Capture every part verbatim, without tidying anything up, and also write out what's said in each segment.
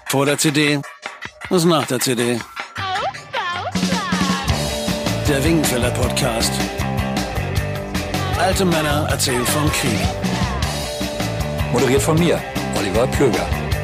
Vor der C D, was nach der C D. Der Wingenfelder Podcast. Alte Männer erzählen vom Krieg. Moderiert von mir, Oliver Plöger.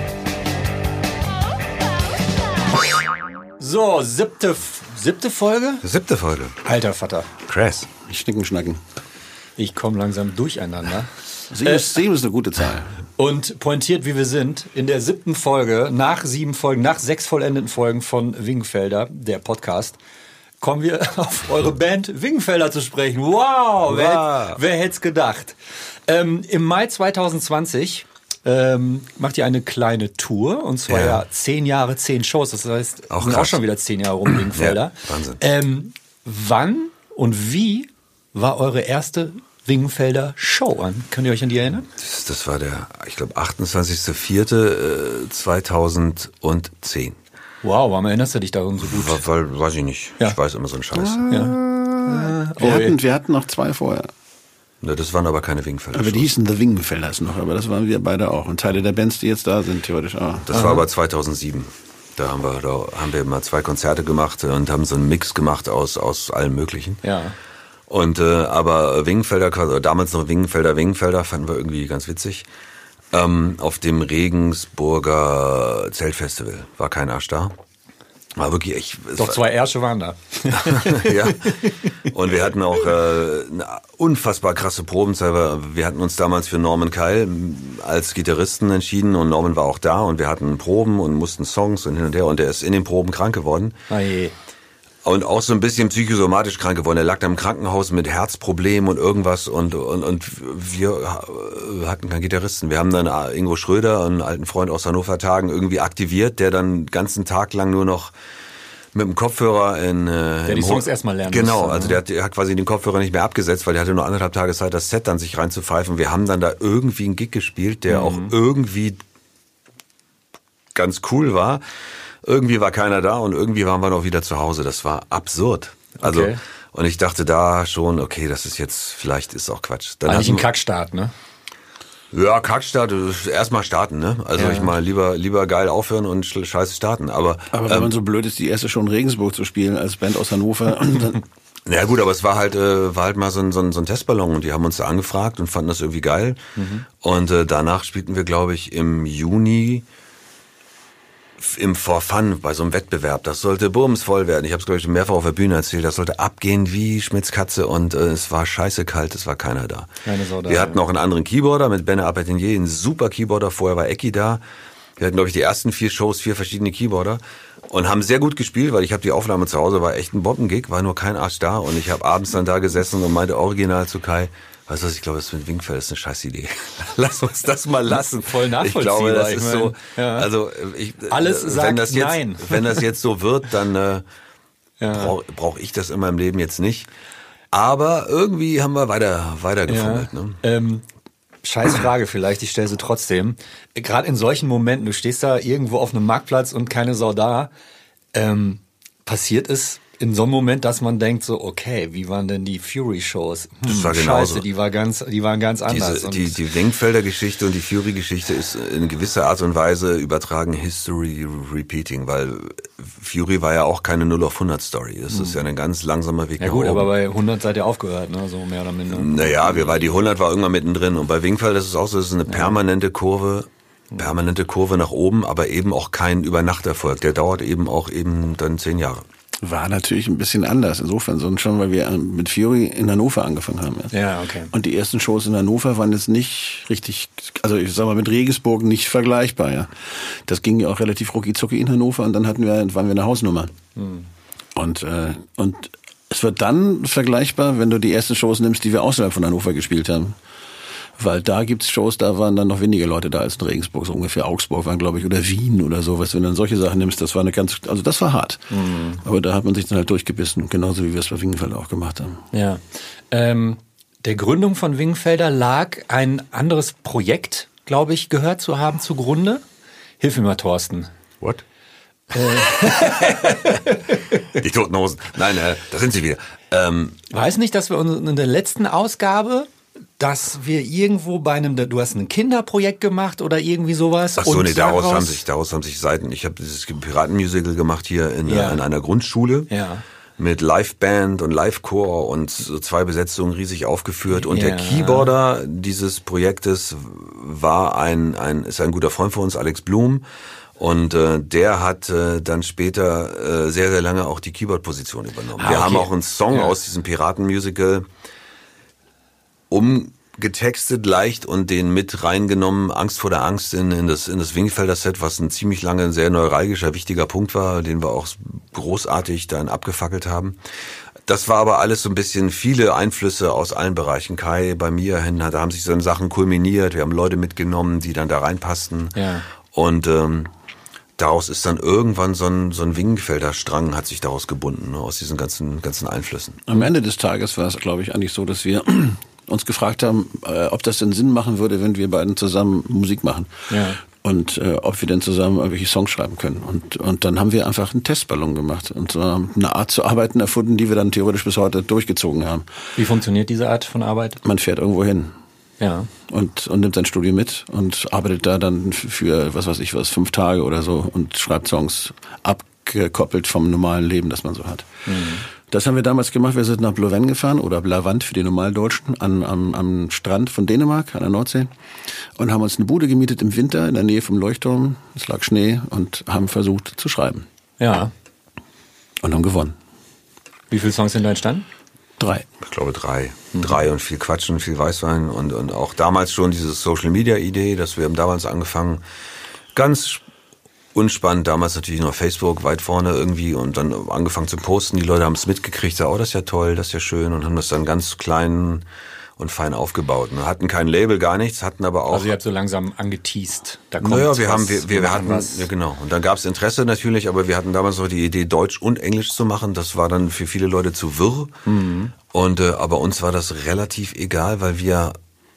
So, siebte, siebte Folge? Siebte Folge. Alter Vater. Krass. Schnicken, schnacken. Ich komme langsam durcheinander. Sieben ist, sieben ist eine gute Zahl. Und pointiert, wie wir sind, in der siebten Folge, nach sieben Folgen, nach sechs vollendeten Folgen von Wingenfelder, der Podcast, kommen wir auf eure Band Wingenfelder zu sprechen. Wow, wow. wer, wer hätte es gedacht? Ähm, Im Mai zwanzig zwanzig ähm, macht ihr eine kleine Tour, und zwar ja, ja zehn Jahre, zehn Shows. Das heißt, auch, sind auch schon wieder zehn Jahre rum, Wingenfelder. Ja, Wahnsinn. Ähm, wann und wie war eure erste Wingenfelder Show an? Könnt ihr euch an die erinnern? Das, das war der, ich glaube, achtundzwanzigster vierter zweitausendzehn. Wow, warum erinnerst du dich daran so gut? Weil, weil weiß ich nicht. Ja. Ich weiß immer so einen Scheiß. Ja. Wir, hatten, wir hatten noch zwei vorher. Ne, das waren aber keine Wingenfelder. Aber die hießen The Wingenfelders noch, aber das waren wir beide auch. Und Teile der Bands, die jetzt da sind, theoretisch auch. Das Aha. war aber zweitausendsieben. Da haben wir, da haben wir mal zwei Konzerte gemacht und haben so einen Mix gemacht aus, aus allem Möglichen. Ja. Und, äh, aber Wingenfelder, damals noch Wingenfelder, Wingenfelder, fanden wir irgendwie ganz witzig. Ähm, auf dem Regensburger Zeltfestival war kein Arsch da. War wirklich echt. Doch, zwei Ärsche waren da. Ja. Und wir hatten auch äh, eine unfassbar krasse Probenzeit. Wir hatten uns damals für Norman Keil als Gitarristen entschieden und Norman war auch da und wir hatten Proben und mussten Songs und hin und her und der ist in den Proben krank geworden. Oh je. Und auch so ein bisschen psychosomatisch krank geworden. Er lag da im Krankenhaus mit Herzproblemen und irgendwas und, und, und wir hatten keinen Gitarristen. Wir haben dann Ingo Schröder, einen alten Freund aus Hannover Tagen, irgendwie aktiviert, der dann den ganzen Tag lang nur noch mit dem Kopfhörer in... Der die Songs erstmal lernen Genau, musste, also der hat, der hat quasi den Kopfhörer nicht mehr abgesetzt, weil der hatte nur anderthalb Tage Zeit, das Set dann sich reinzupfeifen. Wir haben dann da irgendwie einen Gig gespielt, der mhm. auch irgendwie ganz cool war. Irgendwie war keiner da und irgendwie waren wir noch wieder zu Hause. Das war absurd. Also okay. Und ich dachte da schon, okay, das ist jetzt, vielleicht ist auch Quatsch. Dann Eigentlich ein Kackstart, ne? Ja, Kackstart, erstmal starten, ne? Also ja. ich mal lieber lieber geil aufhören und scheiße starten. Aber, aber wenn ähm, man so blöd ist, die erste Show in Regensburg zu spielen als Band aus Hannover. Und dann ja gut, aber es war halt äh, war halt mal so ein, so, ein, so ein Testballon und die haben uns da angefragt und fanden das irgendwie geil. Mhm. Und äh, danach spielten wir, glaube ich, im Juni im For Fun bei so einem Wettbewerb. Das sollte bumsvoll werden. Ich habe es, glaube ich, mehrfach auf der Bühne erzählt. Das sollte abgehen wie Schmitz Katze und äh, es war scheiße kalt, es war keiner da. Keine Sau da. Wir hatten auch einen anderen Keyboarder mit Benne Apatinier, ein super Keyboarder. Vorher war Ecki da. Wir hatten, glaube ich, die ersten vier Shows, vier verschiedene Keyboarder und haben sehr gut gespielt, weil ich habe die Aufnahme zu Hause, war echt ein Bombengig, war nur kein Arsch da und ich habe abends dann da gesessen und meinte original zu Kai, weißt du was, ich glaube, das mit Wingenfeld ist eine scheiß Idee. Lass uns das mal lassen. Voll nachvollziehbar. Ich glaube, das ist ich so, mein, ja. also ich, alles wenn sagt das jetzt, nein. Wenn das jetzt so wird, dann äh, ja. brauche brauch ich das in meinem Leben jetzt nicht. Aber irgendwie haben wir weiter, weiter gefummelt. Ja. Ne? Ähm, scheiß Frage vielleicht, ich stelle sie trotzdem. Gerade in solchen Momenten, du stehst da irgendwo auf einem Marktplatz und keine Sau da, ähm, passiert es in so einem Moment, dass man denkt so, okay, wie waren denn die Fury-Shows? Hm, das war genauso. Scheiße, die war ganz, die waren ganz anders. Diese, die die Wingenfelder Geschichte und die Fury-Geschichte ist in gewisser Art und Weise übertragen History Repeating, weil Fury war ja auch keine null auf hundert Story. Das hm. ist ja ein ganz langsamer Weg ja nach gut, oben. aber bei hundert seid ihr aufgehört, ne? So mehr oder minder. Naja, wir war die hundert war irgendwann mittendrin und bei Wingenfelder ist es auch so, es ist eine permanente Kurve, permanente Kurve nach oben, aber eben auch kein Übernachterfolg. Der dauert eben auch eben dann zehn Jahre. War natürlich ein bisschen anders, insofern so schon, weil wir mit Fury in Hannover angefangen haben. Ja. ja, okay. Und die ersten Shows in Hannover waren jetzt nicht richtig, also ich sag mal mit Regensburg nicht vergleichbar. Ja. Das ging ja auch relativ rucki-zucki in Hannover und dann hatten wir, waren wir eine Hausnummer. Hm. Und, äh, und es wird dann vergleichbar, wenn du die ersten Shows nimmst, die wir außerhalb von Hannover gespielt haben. Weil da gibt's Shows, da waren dann noch weniger Leute da als in Regensburg, so ungefähr Augsburg waren, glaube ich, oder Wien oder sowas. Wenn du dann solche Sachen nimmst, das war eine ganz, also das war hart. Mhm. Aber da hat man sich dann halt durchgebissen, genauso wie wir es bei Wingenfelder auch gemacht haben. Ja. Ähm, der Gründung von Wingenfelder lag ein anderes Projekt, glaube ich, gehört zu haben zugrunde. Hilf mir mal, Thorsten. What? Die Toten Hosen. Nein, äh, da sind sie wieder. Ähm, Weiß nicht, dass wir uns in der letzten Ausgabe dass wir irgendwo bei einem, du hast ein Kinderprojekt gemacht oder irgendwie sowas? Ach so, und nee, daraus haben sich, daraus haben sich Seiten, ich habe dieses Piratenmusical gemacht hier in, Ja. in einer Grundschule. Ja. Mit Liveband und Livechor und so zwei Besetzungen riesig aufgeführt. Und Ja. der Keyboarder dieses Projektes war ein, ein, ist ein guter Freund von uns, Alex Blum. Und äh, der hat äh, dann später äh, sehr, sehr lange auch die Keyboard-Position übernommen. Ah, Wir okay. haben auch einen Song Ja. aus diesem Piratenmusical umgetextet leicht und den mit reingenommen, Angst vor der Angst in, in das, in das Wingfelder Set, was ein ziemlich lange, ein sehr neuralgischer, wichtiger Punkt war, den wir auch großartig dann abgefackelt haben. Das war aber alles so ein bisschen viele Einflüsse aus allen Bereichen. Kai, bei mir hin, da haben sich so Sachen kulminiert, wir haben Leute mitgenommen, die dann da reinpassten. Ja. Und ähm, daraus ist dann irgendwann so ein, so ein Wingenfelder Strang hat sich daraus gebunden, ne, aus diesen ganzen, ganzen Einflüssen. Am Ende des Tages war es, glaube ich, eigentlich so, dass wir uns gefragt haben, äh, ob das denn Sinn machen würde, wenn wir beiden zusammen Musik machen. Ja. Und äh, ob wir denn zusammen irgendwelche Songs schreiben können. Und, und dann haben wir einfach einen Testballon gemacht und so eine Art zu arbeiten erfunden, die wir dann theoretisch bis heute durchgezogen haben. Wie funktioniert diese Art von Arbeit? Man fährt irgendwo hin. Ja. Und, und nimmt sein Studio mit und arbeitet da dann für, was weiß ich was, fünf Tage oder so und schreibt Songs abgekoppelt vom normalen Leben, das man so hat. Mhm. Das haben wir damals gemacht. Wir sind nach Blovend gefahren oder Blavand für die Normaldeutschen an, am, am Strand von Dänemark an der Nordsee und haben uns eine Bude gemietet im Winter in der Nähe vom Leuchtturm. Es lag Schnee und haben versucht zu schreiben. Ja. Und haben gewonnen. Wie viele Songs sind da entstanden? Drei. Ich glaube drei. Mhm. Drei und viel Quatschen, viel Weißwein und, und auch damals schon diese Social-Media-Idee, dass wir haben damals angefangen, ganz unspannend, damals natürlich noch Facebook weit vorne irgendwie und dann angefangen zu posten. Die Leute haben es mitgekriegt, so, oh, das ist ja toll, das ist ja schön und haben das dann ganz klein und fein aufgebaut. Wir hatten kein Label, gar nichts, hatten aber auch... Also ihr habt so langsam angeteased. Da kommt naja, wir was, haben, wir, wir, wir hatten, was. ja genau. Und dann gab es Interesse natürlich, aber wir hatten damals noch die Idee, Deutsch und Englisch zu machen. Das war dann für viele Leute zu wirr. Mhm. Und äh, aber uns war das relativ egal, weil wir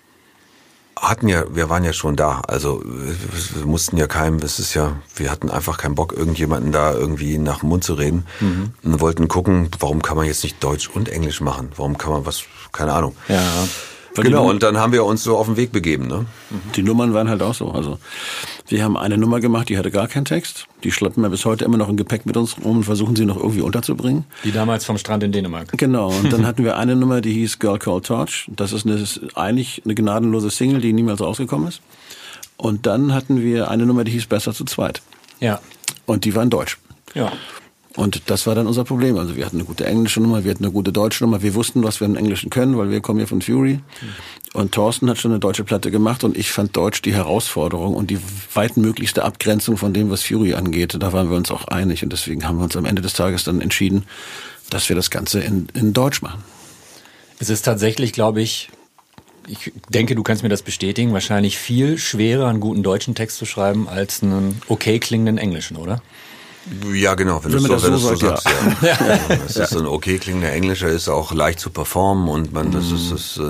hatten ja, wir waren ja schon da. Also wir mussten ja keinem, es ist ja, wir hatten einfach keinen Bock, irgendjemanden da irgendwie nach dem Mund zu reden. Mhm. Und wollten gucken, warum kann man jetzt nicht Deutsch und Englisch machen? Warum kann man was, keine Ahnung. Ja. Genau, und dann haben wir uns so auf den Weg begeben, ne? Die Nummern waren halt auch so. Also wir haben eine Nummer gemacht, die hatte gar keinen Text. Die schleppen wir bis heute immer noch im Gepäck mit uns rum und versuchen sie noch irgendwie unterzubringen. Die damals vom Strand in Dänemark. Genau, und dann hatten wir eine Nummer, die hieß Girl Called Torch. Das ist, eine, das ist eigentlich eine gnadenlose Single, die niemals rausgekommen ist. Und dann hatten wir eine Nummer, die hieß Besser zu zweit. Ja. Und die war in Deutsch. Ja. Und das war dann unser Problem. Also wir hatten eine gute englische Nummer, wir hatten eine gute deutsche Nummer. Wir wussten, was wir im Englischen können, weil wir kommen ja von Fury. Und Thorsten hat schon eine deutsche Platte gemacht und ich fand Deutsch die Herausforderung und die weitmöglichste Abgrenzung von dem, was Fury angeht. Da waren wir uns auch einig und deswegen haben wir uns am Ende des Tages dann entschieden, dass wir das Ganze in, in Deutsch machen. Es ist tatsächlich, glaube ich, ich denke, du kannst mir das bestätigen, wahrscheinlich viel schwerer, einen guten deutschen Text zu schreiben, als einen okay klingenden englischen, oder? Ja, genau, wenn, wenn du man so, das wenn so du so sagt, sagst, ja. ja. ja. Es ist so ein okay klingender Englischer, ist auch leicht zu performen und man, das ist, ist,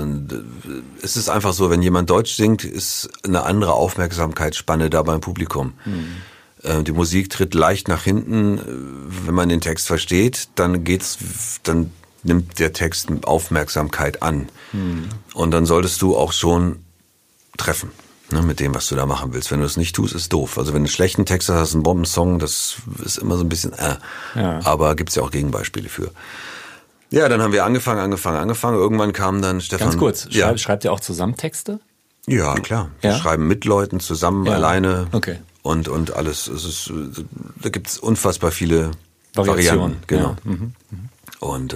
es ist einfach so, wenn jemand Deutsch singt, ist eine andere Aufmerksamkeitsspanne da beim Publikum. Mhm. Die Musik tritt leicht nach hinten, wenn man den Text versteht, dann geht's, dann nimmt der Text Aufmerksamkeit an. Mhm. Und dann solltest du auch schon treffen. Ne, mit dem, was du da machen willst. Wenn du das nicht tust, ist doof. Also wenn du einen schlechten Text hast, hast einen Bombensong, das ist immer so ein bisschen äh. Ja. Aber gibt's ja auch Gegenbeispiele für. Ja, dann haben wir angefangen, angefangen, angefangen. Irgendwann kam dann Stefan... Ganz kurz, ja. schreibt, schreibt ihr auch zusammen Texte? Ja, klar. Wir ja? schreiben mit Leuten zusammen, ja. alleine okay. und, und alles. Es ist, da gibt's unfassbar viele Variationen. Varianten. Genau. Ja. Mhm. Mhm. Und... Äh,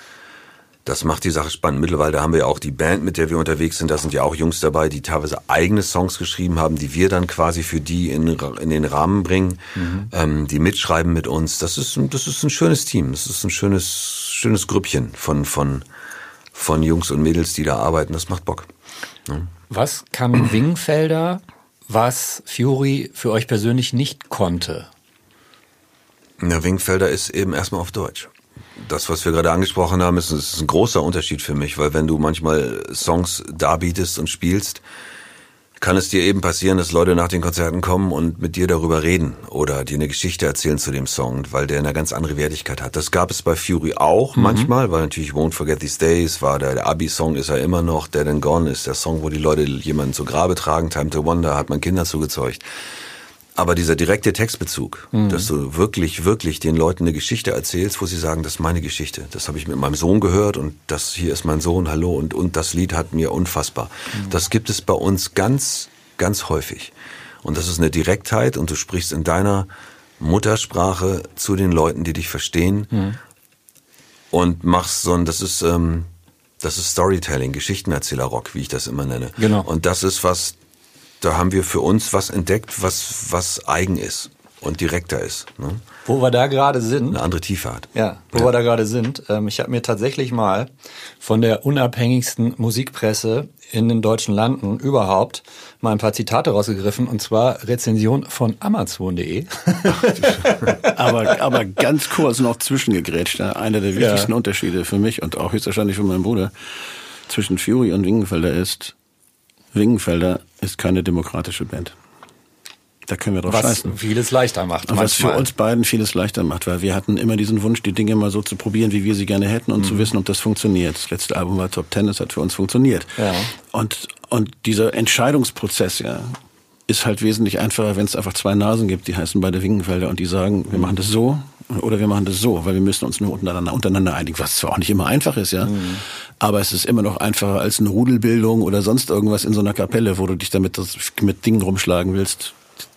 das macht die Sache spannend. Mittlerweile haben wir ja auch die Band, mit der wir unterwegs sind. Da sind ja auch Jungs dabei, die teilweise eigene Songs geschrieben haben, die wir dann quasi für die in, in den Rahmen bringen, mhm. ähm, die mitschreiben mit uns. Das ist, das ist ein schönes Team. Das ist ein schönes, schönes Grüppchen von, von, von Jungs und Mädels, die da arbeiten. Das macht Bock. Ja. Was kann Wingenfelder, was Fury für euch persönlich nicht konnte? Ja, Wingenfelder ist eben erstmal auf Deutsch. Das, was wir gerade angesprochen haben, ist, ist ein großer Unterschied für mich, weil wenn du manchmal Songs darbietest und spielst, kann es dir eben passieren, dass Leute nach den Konzerten kommen und mit dir darüber reden oder dir eine Geschichte erzählen zu dem Song, weil der eine ganz andere Wertigkeit hat. Das gab es bei Fury auch mhm. manchmal, weil natürlich Won't Forget These Days war der, der Abi-Song ist ja immer noch, Dead and Gone ist der Song, wo die Leute jemanden zu Grabe tragen, Time to Wonder hat man Kinder zugezeugt. Aber dieser direkte Textbezug, mhm. dass du wirklich, wirklich den Leuten eine Geschichte erzählst, wo sie sagen, das ist meine Geschichte. Das habe ich mit meinem Sohn gehört und das hier ist mein Sohn, hallo. Und, und das Lied hat mir unfassbar. Mhm. Das gibt es bei uns ganz, ganz häufig. Und das ist eine Direktheit und du sprichst in deiner Muttersprache zu den Leuten, die dich verstehen mhm. und machst so ein, das ist, ähm, das ist Storytelling, Geschichtenerzähler-Rock, wie ich das immer nenne. Genau. Und das ist was, da haben wir für uns was entdeckt, was, was eigen ist und direkter ist. Ne? Wo wir da gerade sind. Eine andere Tiefe hat. Ja, wo ja. wir da gerade sind. Ähm, ich habe mir tatsächlich mal von der unabhängigsten Musikpresse in den deutschen Landen überhaupt mal ein paar Zitate rausgegriffen. Und zwar Rezension von Amazon punkt de. aber, aber ganz kurz noch zwischengegrätscht. Einer der wichtigsten ja. Unterschiede für mich und auch höchstwahrscheinlich für meinen Bruder zwischen Fury und Wingenfelder ist, Wingenfelder ist keine demokratische Band. Da können wir drauf was scheißen. Was vieles leichter macht. Was manchmal. für uns beiden vieles leichter macht, weil wir hatten immer diesen Wunsch, die Dinge mal so zu probieren, wie wir sie gerne hätten und mhm. zu wissen, ob das funktioniert. Das letzte Album war Top Ten, das hat für uns funktioniert. Ja. Und, und dieser Entscheidungsprozess, ja, ist halt wesentlich einfacher, wenn es einfach zwei Nasen gibt, die heißen beide Wingenfelder und die sagen, wir machen das so oder wir machen das so, weil wir müssen uns nur untereinander, untereinander einigen, was zwar auch nicht immer einfach ist, ja, mhm. aber es ist immer noch einfacher als eine Rudelbildung oder sonst irgendwas in so einer Kapelle, wo du dich damit das, mit Dingen rumschlagen willst,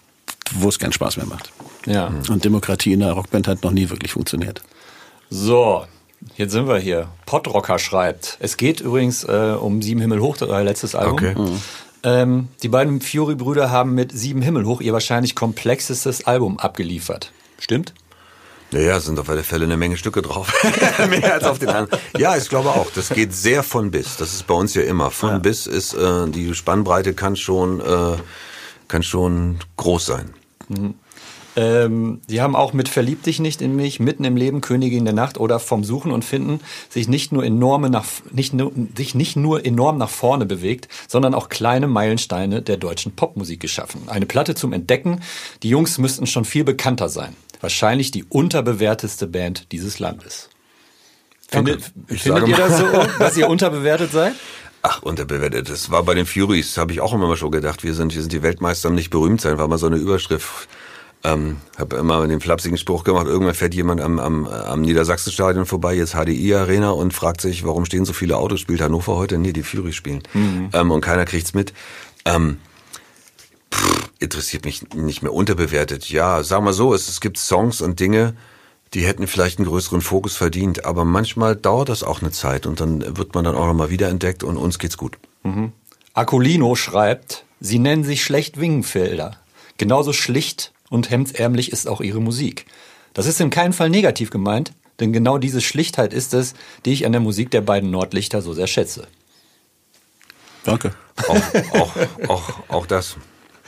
wo es keinen Spaß mehr macht. Ja. Und Demokratie in der Rockband hat noch nie wirklich funktioniert. So, jetzt sind wir hier. Podrocker schreibt. Es geht übrigens äh, um Sieben Himmel hoch, äh, letztes Album. Okay. Mhm. Ähm, die beiden Fury-Brüder haben mit Sieben Himmel hoch ihr wahrscheinlich komplexestes Album abgeliefert. Stimmt? Naja, sind auf alle Fälle eine Menge Stücke drauf. Mehr als auf den anderen. Ja, ich glaube auch. Das geht sehr von bis. Das ist bei uns ja immer. Von ja. bis ist, äh, die Spannbreite kann schon, äh, kann schon groß sein. Mhm. Ähm, die haben auch mit Verlieb dich nicht in mich, Mitten im Leben, Königin der Nacht oder Vom Suchen und Finden sich nicht nur enorme nach, nicht nur, sich nicht nur enorm nach vorne bewegt, sondern auch kleine Meilensteine der deutschen Popmusik geschaffen. Eine Platte zum Entdecken. Die Jungs müssten schon viel bekannter sein. Wahrscheinlich die unterbewertetste Band dieses Landes. Findet, findet ihr das so, dass ihr unterbewertet seid? Ach, unterbewertet. Das war bei den Furies, habe ich auch immer mal schon gedacht, wir sind, wir sind die Weltmeister, nicht berühmt sein, war mal so eine Überschrift. Ähm, habe immer den flapsigen Spruch gemacht, irgendwann fährt jemand am, am, am Niedersachsenstadion vorbei, jetzt H D I-Arena und fragt sich, warum stehen so viele Autos, spielt Hannover heute? Nee, die Furies spielen. Mhm. Ähm, und keiner kriegt's mit. Ähm, pff, interessiert mich nicht mehr. Unterbewertet. Ja, sag mal so, es, es gibt Songs und Dinge, die hätten vielleicht einen größeren Fokus verdient, aber manchmal dauert das auch eine Zeit und dann wird man dann auch nochmal wiederentdeckt und uns geht's gut. Mhm. Akulino schreibt, sie nennen sich schlecht Wingenfelder. Genauso schlicht und hemdsärmlich ist auch ihre Musik. Das ist in keinem Fall negativ gemeint, denn genau diese Schlichtheit ist es, die ich an der Musik der beiden Nordlichter so sehr schätze. Danke. Auch, auch, auch, auch das.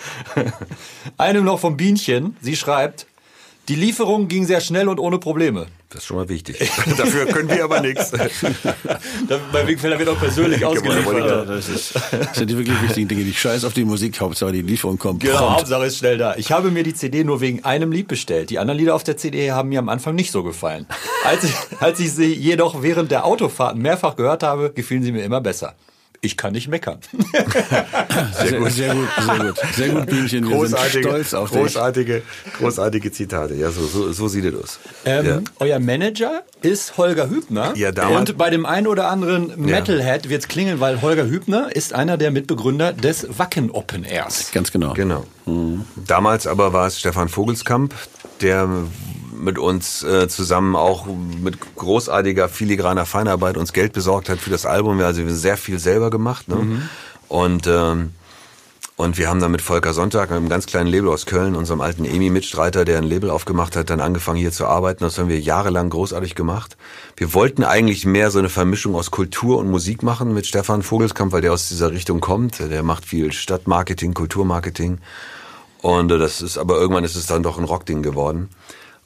Einem noch vom Bienchen. Sie schreibt, die Lieferung ging sehr schnell und ohne Probleme. Das ist schon mal wichtig. Dafür können wir aber nichts. Bei Wingenfelder wird auch persönlich ausgeliefert. Das, ist, das sind die wirklich wichtigen Dinge. Die Scheiß auf die Musik, Hauptsache die Lieferung kommt. Genau, prompt. Hauptsache ist schnell da. Ich habe mir die C D nur wegen einem Lied bestellt. Die anderen Lieder auf der C D haben mir am Anfang nicht so gefallen. Als ich, als ich sie jedoch während der Autofahrten mehrfach gehört habe, gefielen sie mir immer besser. Ich kann nicht meckern. Sehr gut, sehr gut, sehr gut. Sehr gut, Bienchen. Wir großartige, sind stolz auf großartige, dich. Großartige Zitate. Ja, so, so, so sieht es aus. Ähm, ja. Euer Manager ist Holger Hübner. Ja, damals. Und bei dem einen oder anderen Metalhead ja. wird's klingeln, weil Holger Hübner ist einer der Mitbegründer des Wacken Open Airs. Ganz genau. Genau. Mhm. Damals aber war es Stefan Vogelskamp, der mit uns äh, zusammen auch mit großartiger, filigraner Feinarbeit uns Geld besorgt hat für das Album. Also wir haben sehr viel selber gemacht. Ne? Mhm. Und, ähm, und wir haben dann mit Volker Sonntag, mit einem ganz kleinen Label aus Köln, unserem alten Emi-Mitstreiter, der ein Label aufgemacht hat, dann angefangen hier zu arbeiten. Das haben wir jahrelang großartig gemacht. Wir wollten eigentlich mehr so eine Vermischung aus Kultur und Musik machen mit Stefan Vogelskamp, weil der aus dieser Richtung kommt. Der macht viel Stadtmarketing, Kulturmarketing. Und äh, das ist, aber irgendwann ist es dann doch ein Rockding geworden.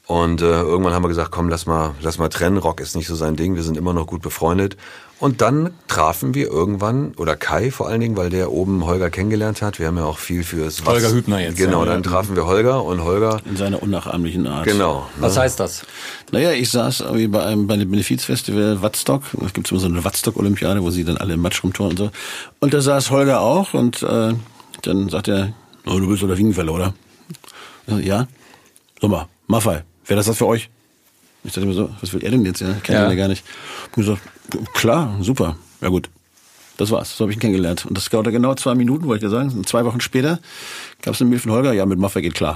Und äh, irgendwann haben wir gesagt, komm, lass mal, lass mal trennen. Rock ist nicht so sein Ding. Wir sind immer noch gut befreundet. Und dann trafen wir irgendwann, oder Kai vor allen Dingen, weil der oben Holger kennengelernt hat. Wir haben ja auch viel fürs... Holger Hübner jetzt. Genau, ja, dann ja. trafen wir Holger und Holger... In seiner unnachahmlichen Art. Genau. Was ne? heißt das? Naja, ich saß irgendwie bei einem bei dem Benefizfestival Wattstock. Es gibt immer so eine Wattstock-Olympiade, wo sie dann alle im Matsch rumtouren und so. Und da saß Holger auch und äh, dann sagt er, oh, du bist doch der Wingenfeller, oder? Ich so, ja. So mal, Maffei, wäre das was für euch? Ich dachte mir so, was will er denn jetzt? Ja, kennt Ja. ihn ja gar nicht. Ich gesagt, klar, super, ja gut. Das war's, so habe ich ihn kennengelernt. Und das dauerte genau zwei Minuten, wollte ich dir sagen. Und zwei Wochen später gab es eine Mail von Holger, ja, mit Maffei geht klar.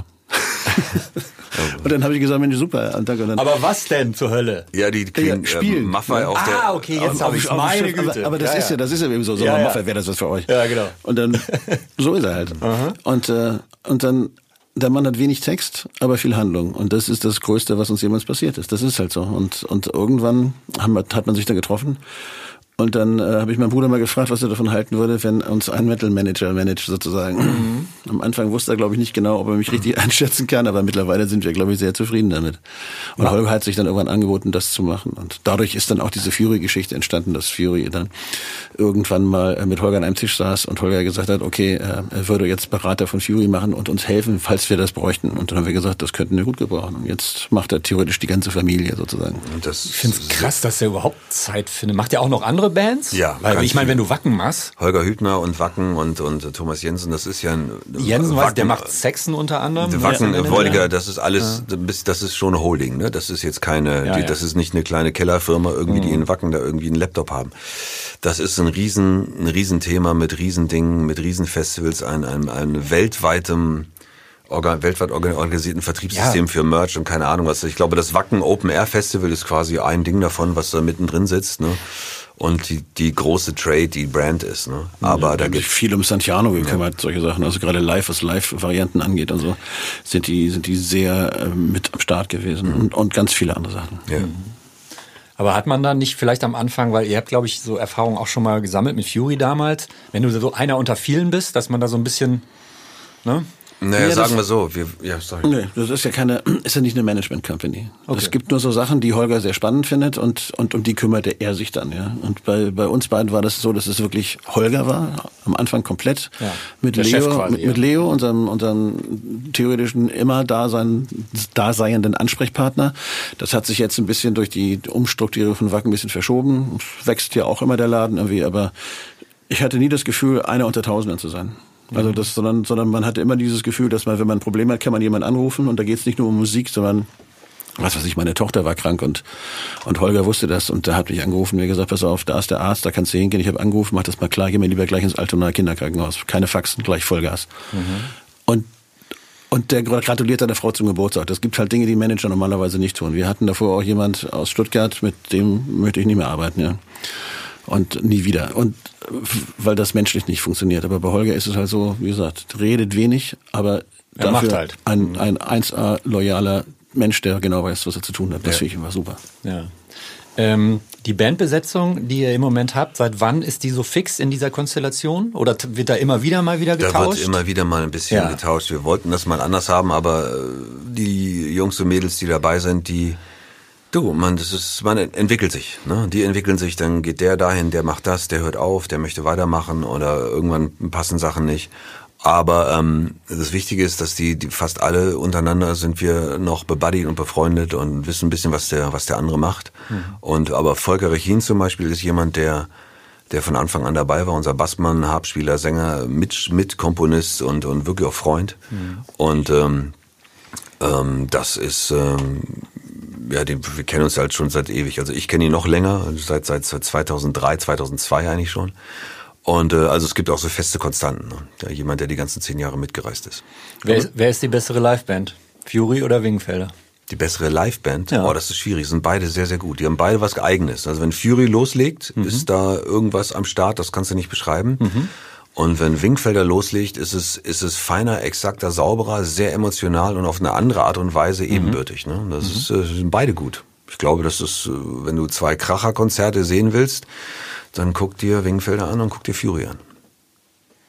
Und dann habe ich gesagt, Mensch, super. Und dann, und dann, Aber was denn zur Hölle? Ja, die kriegen Ja, spielen. äh, Maffei auf der... Ah, okay, jetzt habe ich auf- meine aber, Güte. aber das ja, ist ja, das ist ja eben so. So, Ja, ja, ja. Maffei, wäre das was für euch. Ja, genau. Und dann, so ist er halt. Und, äh, und dann, der Mann hat wenig Text, aber viel Handlung. Und das ist das Größte, was uns jemals passiert ist. Das ist halt so. Und, und irgendwann haben wir, hat man sich da getroffen. Und dann äh, habe ich meinen Bruder mal gefragt, was er davon halten würde, wenn uns ein Metal Manager managt sozusagen. Mhm. Am Anfang wusste er, glaube ich, nicht genau, ob er mich richtig einschätzen kann, aber mittlerweile sind wir, glaube ich, sehr zufrieden damit. Und ja. Holger hat sich dann irgendwann angeboten, das zu machen. Und dadurch ist dann auch diese Fury-Geschichte entstanden, dass Fury dann irgendwann mal mit Holger an einem Tisch saß und Holger gesagt hat, okay, er würde jetzt Berater von Fury machen und uns helfen, falls wir das bräuchten. Und dann haben wir gesagt, das könnten wir gut gebrauchen. Und jetzt macht er theoretisch die ganze Familie sozusagen. Und das Ich finde es krass, dass er überhaupt Zeit findet. Macht er auch noch andere Bands? Ja, Weil ganz ich meine, viele. wenn du Wacken machst, Holger Hübner und Wacken und, und Thomas Jensen, das ist ja ein... Jensen weiß, der Wacken- macht Sexen unter anderem. Der ne? Wacken, Ja. Wolliger, das ist alles, das ist schon eine Holding, ne? Das ist jetzt keine, Ja, die, ja. das ist nicht eine kleine Kellerfirma irgendwie, die in Wacken da irgendwie einen Laptop haben. Das ist ein riesen, ein Riesenthema mit Riesendingen, mit Riesenfestivals, ein, ein, ein weltweitem, orga, weltweit organisierten Vertriebssystem Ja. für Merch und keine Ahnung was. Ich glaube, das Wacken Open Air Festival ist quasi ein Ding davon, was da mittendrin sitzt, ne? Und die, die große Trade, die Brand ist, ne? Aber Ja, da da gibt's viel um Santiano gekümmert, solche Sachen. Also gerade live, was Live-Varianten angeht und so, sind die, sind die sehr äh, mit am Start gewesen und, und ganz viele andere Sachen. ja. Aber hat man dann nicht vielleicht am Anfang, weil ihr habt, glaube ich, so Erfahrungen auch schon mal gesammelt mit Fury damals, wenn du so einer unter vielen bist, dass man da so ein bisschen, ne? Naja, Ja, sagen das- wir so, wir, ja, sorry. Nee, das ist ja keine, ist ja nicht eine Management-Company. Okay. Es gibt nur so Sachen, die Holger sehr spannend findet und, und um die kümmerte er sich dann, ja. Und bei, bei uns beiden war das so, dass es wirklich Holger war, am Anfang komplett. Ja, Mit der Chef Leo, quasi, mit, mit ja. Leo, unserem, unserem theoretischen immer dasein, daseienden Ansprechpartner. Das hat sich jetzt ein bisschen durch die Umstrukturierung von Wacken ein bisschen verschoben. Wächst ja auch immer der Laden irgendwie, aber ich hatte nie das Gefühl, einer unter Tausenden zu sein. Also das, sondern, sondern man hatte immer dieses Gefühl, dass man, wenn man ein Problem hat, kann man jemanden anrufen und da geht es nicht nur um Musik, sondern was weiß ich, meine Tochter war krank und und Holger wusste das und der hat mich angerufen und mir gesagt, pass auf, da ist der Arzt, da kannst du hingehen. Ich habe angerufen, mach das mal klar, geh mir lieber gleich ins Altonaer Kinderkrankenhaus. Keine Faxen, gleich Vollgas. Mhm. Und Und der gratuliert seiner Frau zum Geburtstag. Das gibt halt Dinge, die Manager normalerweise nicht tun. Wir hatten davor auch jemand aus Stuttgart, mit dem möchte ich nicht mehr arbeiten, ja. Und nie wieder. Und weil das menschlich nicht funktioniert. Aber bei Holger ist es halt so, wie gesagt, redet wenig, aber Er dafür macht halt. ein, ein eins A loyaler Mensch, der genau weiß, was er zu tun hat. Das Ja. finde ich immer super. Ja. Ähm, die Bandbesetzung, die ihr im Moment habt, seit wann ist die so fix in dieser Konstellation? Oder t- wird da immer wieder mal wieder Da getauscht? wird immer wieder mal ein bisschen Ja. getauscht. Wir wollten das mal anders haben, aber äh, die Jungs und Mädels, die dabei sind, die, du, man, das ist, man entwickelt sich, ne? Die entwickeln sich, dann geht der dahin, der macht das, der hört auf, der möchte weitermachen oder irgendwann passen Sachen nicht. Aber ähm, das Wichtige ist, dass die, die fast alle untereinander sind wir noch bebuddied und befreundet und wissen ein bisschen, was der, was der andere macht. Mhm. Und aber Volker Rechin zum Beispiel ist jemand, der der von Anfang an dabei war, unser Bassmann, Harpspieler, Sänger, mit, mit Komponist und und wirklich auch Freund. Mhm. Und ähm, ähm, das ist ähm, ja, den, wir kennen uns halt schon seit ewig. Also ich kenne ihn noch länger, seit seit zweitausenddrei, zweitausendzwei eigentlich schon. Und äh, also es gibt auch so feste Konstanten. Ne? Ja, jemand, der die ganzen zehn Jahre mitgereist ist. Wer ist, wer ist die bessere Liveband? Fury oder Wingenfelder? Die bessere Liveband? Ja. Oh, das ist schwierig. Sind beide sehr, sehr gut. Die haben beide was Eigenes. Also wenn Fury loslegt, mhm. ist da irgendwas am Start, das kannst du nicht beschreiben. Mhm. Und wenn Wingenfelder loslegt, ist es, ist es feiner, exakter, sauberer, sehr emotional und auf eine andere Art und Weise ebenbürtig. Ne? Das mhm. ist, äh, sind beide gut. Ich glaube, das ist, wenn du zwei Kracherkonzerte sehen willst, dann guck dir Wingenfelder an und guck dir Fury an.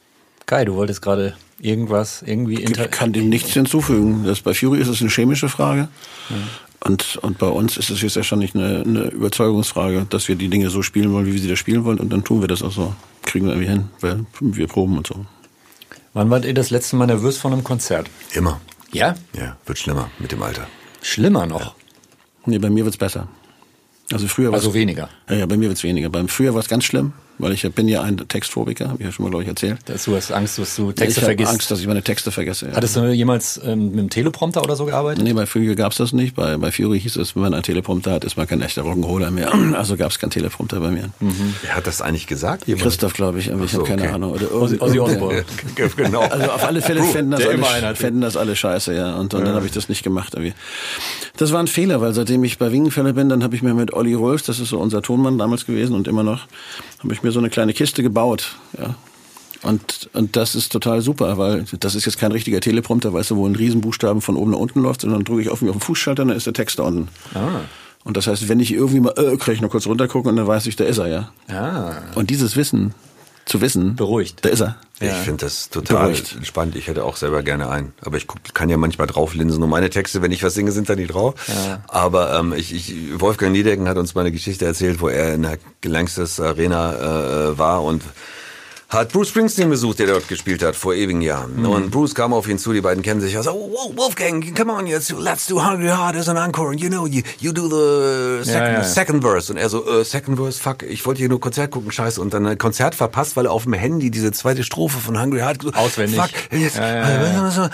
Kai, du wolltest gerade irgendwas, irgendwie... Inter- ich kann dem nichts hinzufügen. Das, bei Fury ist es eine chemische Frage. Ja. Und, und bei uns ist es jetzt wahrscheinlich eine, eine Überzeugungsfrage, dass wir die Dinge so spielen wollen, wie wir sie da spielen wollen. Und dann tun wir das auch so. Kriegen wir irgendwie hin, weil wir proben und so. Wann wart ihr das letzte Mal nervös vor einem Konzert? Immer. Ja? Ja, wird schlimmer mit dem Alter. Schlimmer noch? Ja. Nee, bei mir wird's besser. Also früher Also weniger? Ja, ja, bei mir wird's weniger. Beim früher war es ganz schlimm, weil ich bin ja ein Textphobiker, habe ich ja schon mal, glaube ich, erzählt. Dass du hast Angst, dass du Texte ich vergisst? Angst, dass ich meine Texte vergesse. Ja. Hattest du jemals ähm, mit einem Teleprompter oder so gearbeitet? Nee, bei Fury gab's das nicht. Bei, bei Fury hieß es, wenn man einen Teleprompter hat, ist man kein echter Rock'n'Roller mehr. Also gab's keinen Teleprompter bei mir. Mhm. Wer hat das eigentlich gesagt? Jemand? Christoph, glaube ich, aber ich so, habe keine okay. Ahnung. Oder Ozzy, Ozzy Osbourne. Genau. Also auf alle Fälle fänden das, alle, fänden das alle scheiße, ja. Und, und ja. dann habe ich das nicht gemacht. Irgendwie. Das war ein Fehler, weil seitdem ich bei Wingenfälle bin, dann habe ich mir mit Olli Rolfs, das ist so unser Tonmann damals gewesen und immer noch, habe ich mir so eine kleine Kiste gebaut. Ja. Und, und das ist total super, weil das ist jetzt kein richtiger Teleprompter, weißt du, wo ein Riesenbuchstaben von oben nach unten läuft, sondern dann drücke ich auf mich auf den Fußschalter und dann ist der Text da unten. Ah. Und das heißt, wenn ich irgendwie mal, äh, kann ich noch kurz runtergucken und dann weiß ich, da ist er, ja. Ah. Und dieses Wissen, zu wissen, beruhigt. Da ist er. Ich ja. finde das total Beruhigt. Spannend. Ich hätte auch selber gerne einen. Aber ich guck, kann ja manchmal drauflinsen. Und meine Texte, wenn ich was singe, sind da nicht drauf. Ja. Aber ähm, ich, ich, Wolfgang Niedecken hat uns mal eine Geschichte erzählt, wo er in der Gangsters Arena äh, war und hat Bruce Springsteen besucht, der dort gespielt hat, vor ewigen Jahren. Mhm. Und Bruce kam auf ihn zu, die beiden kennen sich. Er so, oh, Wolfgang, come on, let's, let's do Hungry Heart as an encore. And you know, you, you do the second, ja, ja. second verse. Und er so, uh, second verse, fuck, ich wollte hier nur Konzert gucken, scheiße. Und dann ein Konzert verpasst, weil er auf dem Handy diese zweite Strophe von Hungry Heart so, auswendig. Fuck, jetzt, ja, ja, ja.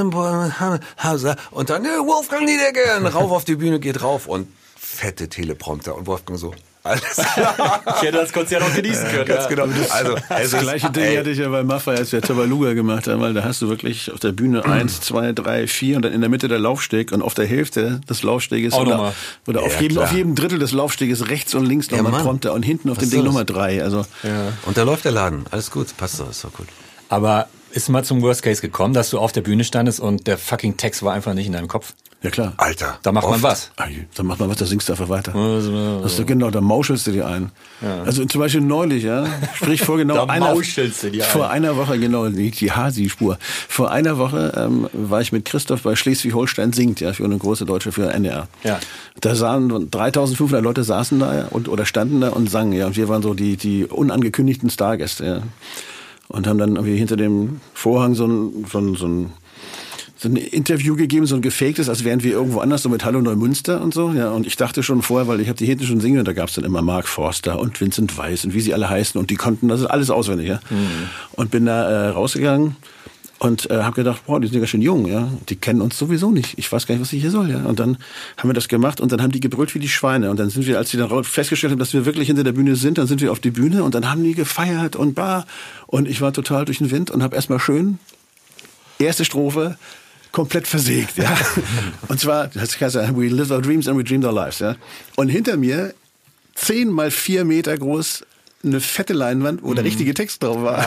Und dann, Wolfgang Niedecken, rauf auf die Bühne, geht rauf und fette Teleprompter. Und Wolfgang so, alles klar. Ich hätte das Konzert auch genießen können. Ganz ja. genau. Also, das das gleiche Ding ey. hatte ich ja bei Maffei, als wir Tabaluga gemacht haben, weil da hast du wirklich auf der Bühne eins, zwei, drei, vier und dann in der Mitte der Laufsteg und auf der Hälfte des Laufsteges oder, oder auf, ja, jedem, auf jedem Drittel des Laufsteges rechts und links nochmal ja, Prompter und hinten auf Was dem Ding nochmal drei. Also. Ja. Und da läuft der Laden. Alles gut, passt doch, ist doch gut. Aber ist mal zum Worst Case gekommen, dass du auf der Bühne standest und der fucking Text war einfach nicht in deinem Kopf? Ja klar. Alter. Da macht oft. man was. Da macht man was, da singst du einfach weiter. Das ist, genau, da mauschelst du dir ein. Ja. Also zum Beispiel neulich, ja, sprich vor genau da einer, mauschelst du dir vor ein. einer Woche, genau, die, die Hasi-Spur. Vor einer Woche ähm, war ich mit Christoph bei Schleswig-Holstein singt, ja, für eine große deutsche, für N D R. Ja. Da sahen dreitausendfünfhundert Leute saßen da und oder standen da und sangen, ja, und wir waren so die die unangekündigten Stargäste, ja. Und haben dann irgendwie hinter dem Vorhang so ein so ein, so ein so ein Interview gegeben, so ein gefaktes, als wären wir irgendwo anders, so mit Hallo Neumünster und so. Ja, und ich dachte schon vorher, weil ich habe die hinten schon singen und da gab's dann immer Mark Forster und Vincent Weiss und wie sie alle heißen und die konnten das ist alles auswendig, ja. Mhm. Und bin da äh, rausgegangen und äh, habe gedacht, boah, die sind ja ganz schön jung, ja. Die kennen uns sowieso nicht. Ich weiß gar nicht, was ich hier soll, ja. Und dann haben wir das gemacht und dann haben die gebrüllt wie die Schweine und dann sind wir, als sie dann festgestellt haben, dass wir wirklich hinter der Bühne sind, dann sind wir auf die Bühne und dann haben die gefeiert und bah und ich war total durch den Wind und habe erstmal schön erste Strophe komplett versägt, ja. Und zwar, das heißt ja, we live our dreams and we dream our lives, ja. Und hinter mir zehn mal vier Meter groß eine fette Leinwand, wo mm. der richtige Text drauf war.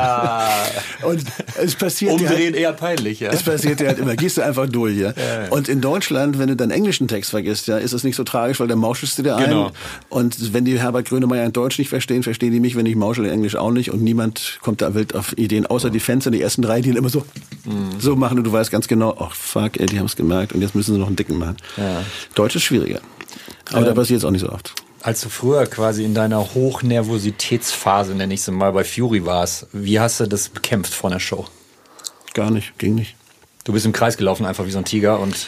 Ah. Und es passiert Umdrehen halt, eher peinlich, ja. Es passiert dir halt immer, gehst du einfach durch, ja? Ja, ja. Und in Deutschland, wenn du deinen englischen Text vergisst, ja, ist es nicht so tragisch, weil dann mauschelst du dir ein. Genau. Und wenn die Herbert Grönemeyer in Deutsch nicht verstehen, verstehen die mich, wenn ich mauschel in Englisch auch nicht. Und niemand kommt da wild auf Ideen, außer die Fans in die ersten drei, die immer so, mm. so machen und du weißt ganz genau, ach fuck, ey, die haben es gemerkt und jetzt müssen sie noch einen dicken machen. Ja. Deutsch ist schwieriger. Aber ähm. da passiert es auch nicht so oft. Als du früher quasi in deiner Hochnervositätsphase, nenne ich es mal, bei Fury warst, wie hast du das bekämpft vor einer Show? Gar nicht, ging nicht. Du bist im Kreis gelaufen, einfach wie so ein Tiger und...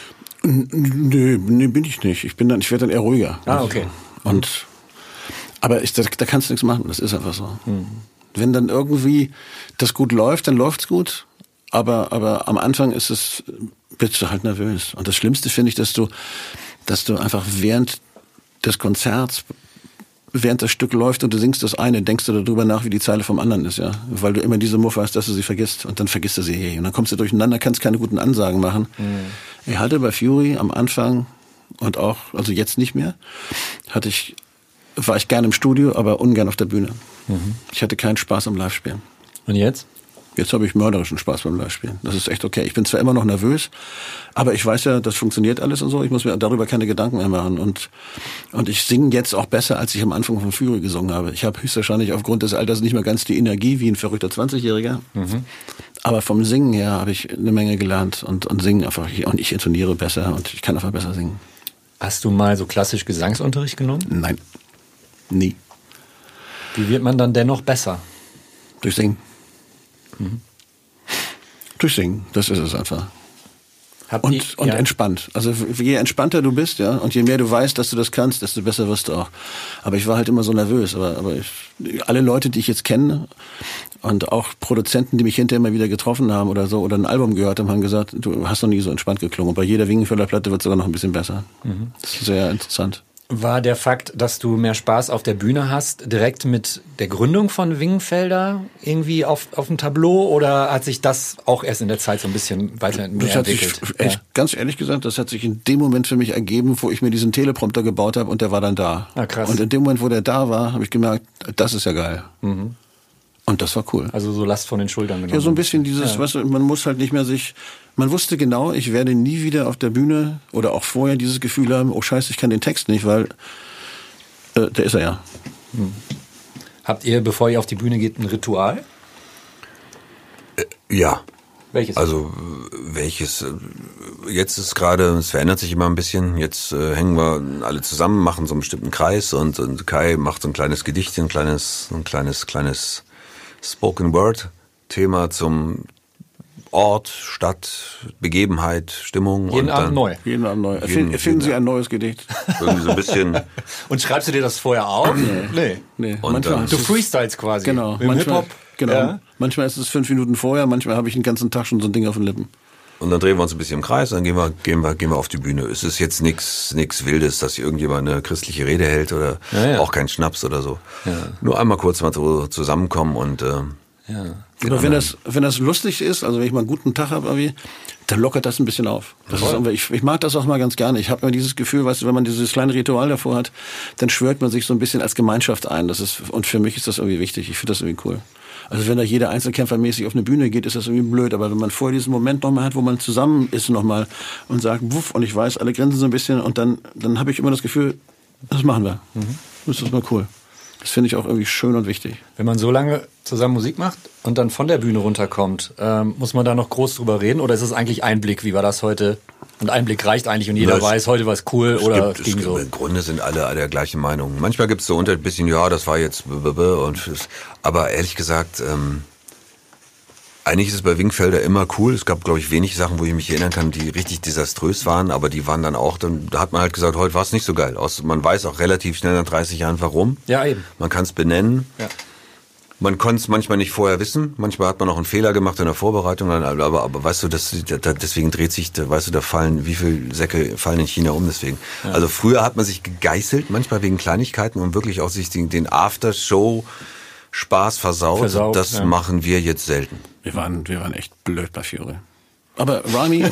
Nö, nee, bin ich nicht. Ich bin dann, ich werde dann eher ruhiger. Ah, okay. Und, aber ich, da, da kannst du nichts machen, das ist einfach so. Mhm. Wenn dann irgendwie das gut läuft, dann läuft's gut. Aber, aber am Anfang ist es, bist du halt nervös. Und das Schlimmste finde ich, dass du, dass du einfach während des Konzerts, während das Stück läuft und du singst das eine, denkst du darüber nach, wie die Zeile vom anderen ist, ja. Weil du immer diese Muffe hast, dass du sie vergisst und dann vergisst du sie, hey. Und dann kommst du durcheinander, kannst keine guten Ansagen machen. Mhm. Ich hatte bei Fury am Anfang und auch, also jetzt nicht mehr, hatte ich, war ich gerne im Studio, aber ungern auf der Bühne. Mhm. Ich hatte keinen Spaß am Live-Spielen. Und jetzt? Jetzt habe ich mörderischen Spaß beim Live-Spielen. Das ist echt okay. Ich bin zwar immer noch nervös, aber ich weiß ja, das funktioniert alles und so. Ich muss mir darüber keine Gedanken mehr machen. Und, und ich singe jetzt auch besser, als ich am Anfang von Fury gesungen habe. Ich habe höchstwahrscheinlich aufgrund des Alters nicht mehr ganz die Energie wie ein verrückter zwanzigjähriger. Mhm. Aber vom Singen her habe ich eine Menge gelernt und, und singen einfach. Und ich intoniere besser und ich kann einfach besser singen. Hast du mal so klassisch Gesangsunterricht genommen? Nein. Nie. Wie wird man dann dennoch besser? Durch Singen. Mhm. Durch Singen, das ist es einfach. Habt und ihr, und ja. entspannt. Also je entspannter du bist, ja, und je mehr du weißt, dass du das kannst, desto besser wirst du auch. Aber ich war halt immer so nervös. Aber, aber ich, alle Leute, die ich jetzt kenne und auch Produzenten, die mich hinterher immer wieder getroffen haben oder so oder ein Album gehört haben, haben gesagt, du hast noch nie so entspannt geklungen. Und bei jeder Wingenfelder-Platte wird es sogar noch ein bisschen besser. Mhm. Das ist sehr interessant. War der Fakt, dass du mehr Spaß auf der Bühne hast, direkt mit der Gründung von Wingenfelder irgendwie auf, auf dem Tableau oder hat sich das auch erst in der Zeit so ein bisschen weiterentwickelt? Das hat sich, echt, ja. Ganz ehrlich gesagt, das hat sich in dem Moment für mich ergeben, wo ich mir diesen Teleprompter gebaut habe und der war dann da. Ah, krass. Und in dem Moment, wo der da war, habe ich gemerkt, das ist ja geil. Mhm. Und das war cool. Also so Last von den Schultern genommen. Ja, so ein bisschen dieses, ja. weißt du, man muss halt nicht mehr sich, man wusste genau, ich werde nie wieder auf der Bühne oder auch vorher dieses Gefühl haben, oh scheiße, ich kann den Text nicht, weil äh, der ist er ja. Hm. Habt ihr, bevor ihr auf die Bühne geht, ein Ritual? Äh, ja. Welches? Also welches, jetzt ist gerade, es verändert sich immer ein bisschen, jetzt äh, hängen wir alle zusammen, machen so einen bestimmten Kreis und, und Kai macht so ein kleines Gedicht, ein kleines, ein kleines, kleines Spoken Word Thema zum Ort, Stadt, Begebenheit, Stimmung. Jeden und Abend dann neu. Jeden Abend neu. Erfinden, erfinden Sie ein neues Gedicht. Irgendwie so ein bisschen. Und schreibst du dir das vorher auf? Nee. nee. nee. Und manchmal du freestyles quasi. Genau. Im manchmal, Hip-Hop. Genau. Ja. Manchmal ist es fünf Minuten vorher, manchmal habe ich den ganzen Tag schon so ein Ding auf den Lippen. Und dann drehen wir uns ein bisschen im Kreis, dann gehen wir, gehen wir, gehen wir auf die Bühne. Es ist jetzt nichts, nichts Wildes, dass irgendjemand eine christliche Rede hält oder ja, ja. auch kein Schnaps oder so. Ja. Nur einmal kurz mal so zusammenkommen und, äh, ja. Oder wenn das, wenn das lustig ist, also wenn ich mal einen guten Tag habe, irgendwie, dann lockert das ein bisschen auf. Das ist irgendwie, ich, ich mag das auch mal ganz gerne. Ich habe immer dieses Gefühl, weißt du, wenn man dieses kleine Ritual davor hat, dann schwört man sich so ein bisschen als Gemeinschaft ein. Das ist, und für mich ist das irgendwie wichtig. Ich finde das irgendwie cool. Also wenn da jeder Einzelkämpfer mäßig auf eine Bühne geht, ist das irgendwie blöd. Aber wenn man vorher diesen Moment nochmal hat, wo man zusammen ist nochmal und sagt, wuff, und ich weiß, alle grinsen so ein bisschen und dann, dann habe ich immer das Gefühl, das machen wir. Mhm. Das ist mal cool. Das finde ich auch irgendwie schön und wichtig. Wenn man so lange zusammen Musik macht und dann von der Bühne runterkommt, ähm, muss man da noch groß drüber reden? Oder ist es eigentlich Einblick, wie war das heute? Und Einblick reicht eigentlich und jeder ja, weiß, heute war es cool es oder gibt, ging es so? Im Grunde sind alle, alle der gleichen Meinung. Manchmal gibt es so unter ein bisschen, ja, das war jetzt und aber ehrlich gesagt, ähm, eigentlich ist es bei Wingenfelder immer cool. Es gab, glaube ich, wenig Sachen, wo ich mich erinnern kann, die richtig desaströs waren, aber die waren dann auch, dann da hat man halt gesagt, heute war es nicht so geil. Man weiß auch relativ schnell nach dreißig Jahren warum. Ja, eben. Man kann es benennen. Ja. Man konnte es manchmal nicht vorher wissen. Manchmal hat man auch einen Fehler gemacht in der Vorbereitung. Aber, aber, aber weißt du, das, da, deswegen dreht sich, da, weißt du, da fallen, wie viele Säcke fallen in China um deswegen. Ja. Also früher hat man sich gegeißelt, manchmal wegen Kleinigkeiten und wirklich auch sich den, den Aftershow Spaß versaut. versaut das ja. machen wir jetzt selten. Wir waren, wir waren echt blöd bei Fury. Aber Rami,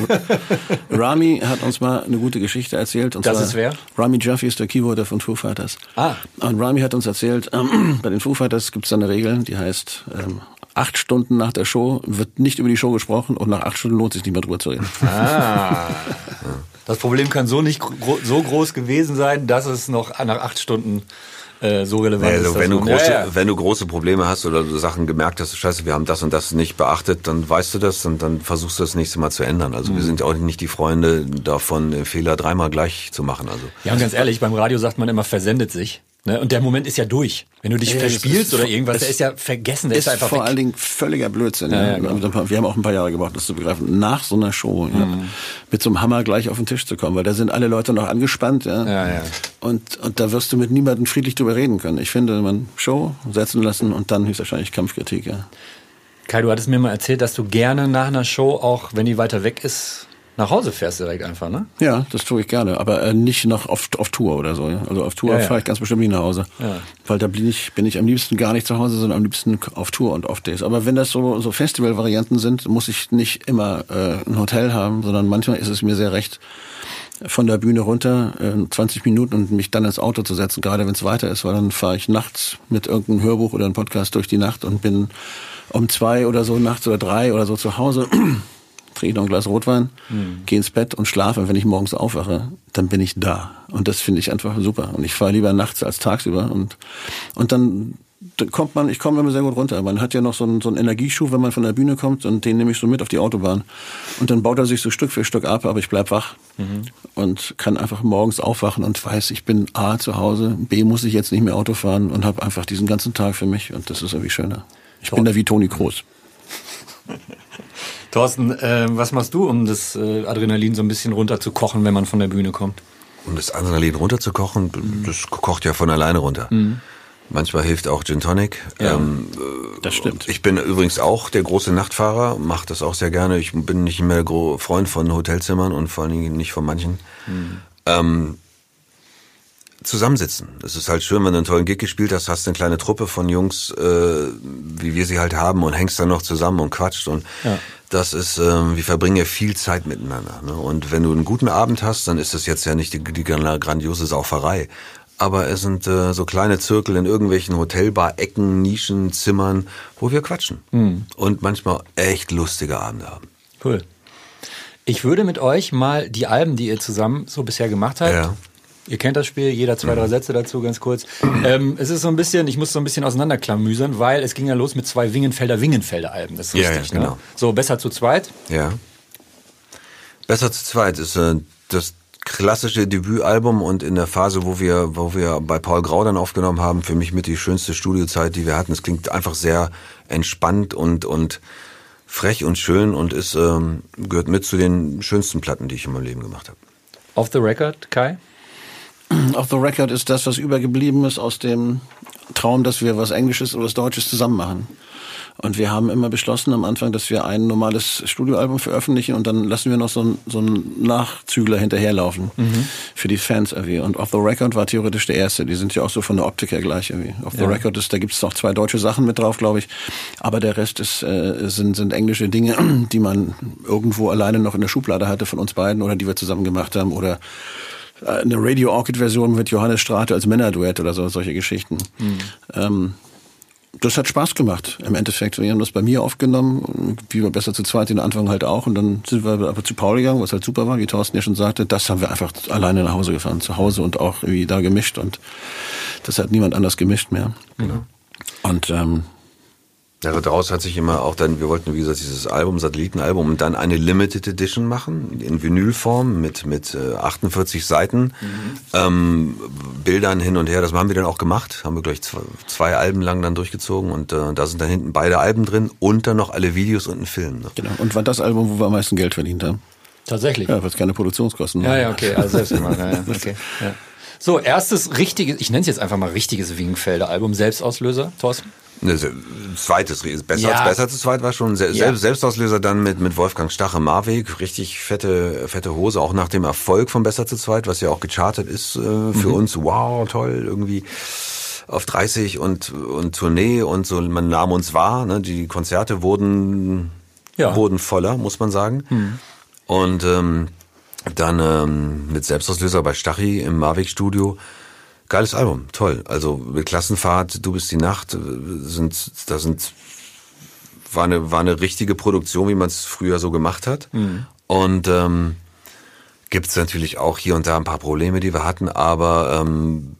Rami hat uns mal eine gute Geschichte erzählt. Und das zwar, ist wer? Rami Jaffe ist der Keyboarder von Foo Fighters. Ah. Und Rami hat uns erzählt, ähm, bei den Foo Fighters gibt es eine Regel, die heißt, ähm, acht Stunden nach der Show wird nicht über die Show gesprochen und nach acht Stunden lohnt es sich nicht mehr drüber zu reden. Ah. Das Problem kann so nicht gro- so groß gewesen sein, dass es noch nach acht Stunden äh, so relevant also, ist. Wenn du, große, ja, ja. wenn du große Probleme hast oder du Sachen gemerkt hast, scheiße, wir haben das und das nicht beachtet, dann weißt du das und dann versuchst du das nächste Mal zu ändern. Also mhm. wir sind auch nicht die Freunde davon, Fehler dreimal gleich zu machen. Also ja, und ganz ehrlich, beim Radio sagt man immer, versendet sich. Ne? Und der Moment ist ja durch. Wenn du dich ja, verspielst oder irgendwas, der ist ja vergessen, der ist, ist einfach vor weg. allen Dingen völliger Blödsinn. Ja, ja, ja. Wir haben auch ein paar Jahre gebraucht, das zu begreifen. Nach so einer Show mhm. ja, mit so einem Hammer gleich auf den Tisch zu kommen, weil da sind alle Leute noch angespannt. Ja, ja, ja. Und, und da wirst du mit niemandem friedlich drüber reden können. Ich finde, man Show setzen lassen und dann höchstwahrscheinlich Kampfkritik. Ja. Kai, du hattest mir mal erzählt, dass du gerne nach einer Show, auch wenn die weiter weg ist, nach Hause fährst direkt einfach, ne? Ja, das tue ich gerne, aber äh, nicht noch auf, auf Tour oder so. Ja? Also auf Tour ja, ja. fahre ich ganz bestimmt nicht nach Hause. Ja. Weil da bin ich, bin ich am liebsten gar nicht zu Hause, sondern am liebsten auf Tour und Off-Days. Aber wenn das so, so Festival-Varianten sind, muss ich nicht immer äh, ein Hotel haben, sondern manchmal ist es mir sehr recht, von der Bühne runter äh, zwanzig Minuten und mich dann ins Auto zu setzen, gerade wenn es weiter ist, weil dann fahre ich nachts mit irgendeinem Hörbuch oder einem Podcast durch die Nacht und bin um zwei oder so nachts oder drei oder so zu Hause, trinke noch ein Glas Rotwein, mhm. gehe ins Bett und schlafe. Und wenn ich morgens aufwache, dann bin ich da. Und das finde ich einfach super. Und ich fahre lieber nachts als tagsüber. Und, und dann, dann kommt man, ich komme immer sehr gut runter. Man hat ja noch so einen, so einen Energieschub, wenn man von der Bühne kommt. Und den nehme ich so mit auf die Autobahn. Und dann baut er sich so Stück für Stück ab. Aber ich bleib wach mhm. und kann einfach morgens aufwachen und weiß, ich bin A, zu Hause. B, muss ich jetzt nicht mehr Auto fahren. Und habe einfach diesen ganzen Tag für mich. Und das ist irgendwie schöner. Ich Top. bin da wie Toni Kroos. Thorsten, äh, was machst du, um das äh, Adrenalin so ein bisschen runterzukochen, wenn man von der Bühne kommt? Um das Adrenalin runterzukochen, mhm. das kocht ja von alleine runter. Mhm. Manchmal hilft auch Gin Tonic. Ja, ähm, das stimmt. Ich bin übrigens auch der große Nachtfahrer, mache das auch sehr gerne. Ich bin nicht mehr der Freund von Hotelzimmern und vor allen Dingen nicht von manchen. Mhm. Ähm, zusammensitzen. Es ist halt schön, wenn du einen tollen Gig gespielt hast, hast eine kleine Truppe von Jungs, äh, wie wir sie halt haben und hängst dann noch zusammen und quatscht und ja. das ist, äh, wir verbringen ja viel Zeit miteinander. Ne? Und wenn du einen guten Abend hast, dann ist das jetzt ja nicht die, die grandiose Sauferei, aber es sind äh, so kleine Zirkel in irgendwelchen Hotelbar-Ecken, Nischen, Zimmern, wo wir quatschen mhm. und manchmal echt lustige Abende haben. Cool. Ich würde mit euch mal die Alben, die ihr zusammen so bisher gemacht habt, ja. Ihr kennt das Spiel, jeder zwei, drei Sätze dazu, ganz kurz. Ähm, es ist so ein bisschen, ich muss so ein bisschen auseinanderklamüsern, weil es ging ja los mit zwei Wingenfelder Wingenfelder Alben. Das ist richtig, ja, ja, genau. Ne? So, Besser zu zweit? Ja. Besser zu zweit ist äh, das klassische Debütalbum und in der Phase, wo wir, wo wir bei Paul Grau dann aufgenommen haben, für mich mit die schönste Studiozeit, die wir hatten. Es klingt einfach sehr entspannt und, und frech und schön und ist, ähm, gehört mit zu den schönsten Platten, die ich in meinem Leben gemacht habe. Off the Record, Kai? Off the Record ist das, was übergeblieben ist aus dem Traum, dass wir was Englisches oder was Deutsches zusammen machen. Und wir haben immer beschlossen am Anfang, dass wir ein normales Studioalbum veröffentlichen und dann lassen wir noch so einen, so einen Nachzügler hinterherlaufen mhm. für die Fans irgendwie. Und Off the Record war theoretisch der erste. Die sind ja auch so von der Optik her gleich irgendwie. Off the ja. Record ist, da gibt's noch zwei deutsche Sachen mit drauf, glaube ich. Aber der Rest ist, äh, sind, sind englische Dinge, die man irgendwo alleine noch in der Schublade hatte von uns beiden oder die wir zusammen gemacht haben oder eine Radio Orchid Version mit Johannes Strate als Männerduett oder so, solche Geschichten. Mhm. Ähm, das hat Spaß gemacht im Endeffekt. Wir haben das bei mir aufgenommen, wie wir Besser zu zweit den Anfang halt auch. Und dann sind wir aber zu Paul gegangen, was halt super war, wie Thorsten ja schon sagte. Das haben wir einfach alleine nach Hause gefahren, zu Hause und auch irgendwie da gemischt. Und das hat niemand anders gemischt mehr. Genau. Und ähm, Ja, daraus hat sich immer auch dann, wir wollten, wie gesagt, dieses Album, Satellitenalbum und dann eine Limited Edition machen, in Vinylform mit mit äh, achtundvierzig Seiten, mhm. ähm, Bildern hin und her, das haben wir dann auch gemacht, haben wir gleich zwei, zwei Alben lang dann durchgezogen und äh, da sind dann hinten beide Alben drin und dann noch alle Videos und ein Film. Ne? Genau, und war das Album, wo wir am meisten Geld verdient haben. Tatsächlich? Ja, weil es keine Produktionskosten Ja, ja, okay, also selbst gemacht, ja, ja, okay, ja. So, erstes richtiges, ich nenne es jetzt einfach mal richtiges Wingenfelder Album, Selbstauslöser, Thorsten? Ne, zweites, besser Ja. als besser zu zweit war schon Se- Ja. Selbstauslöser dann mit mit Wolfgang Stache, Marweg, richtig fette fette Hose, auch nach dem Erfolg von Besser zu zweit, was ja auch gechartet ist äh, für Mhm. uns. Wow, toll, irgendwie auf dreißig und und Tournee und so, man nahm uns wahr, ne? Die Konzerte wurden Ja. wurden voller, muss man sagen. Mhm. Und ähm, dann ähm, mit Selbstauslöser bei Stachi im Marweg-Studio. Geiles Album, toll. Also mit Klassenfahrt, Du bist die Nacht, sind, da sind, war eine, war eine richtige Produktion, wie man es früher so gemacht hat. Mhm. Und ähm, gibt's natürlich auch hier und da ein paar Probleme, die wir hatten, aber ähm,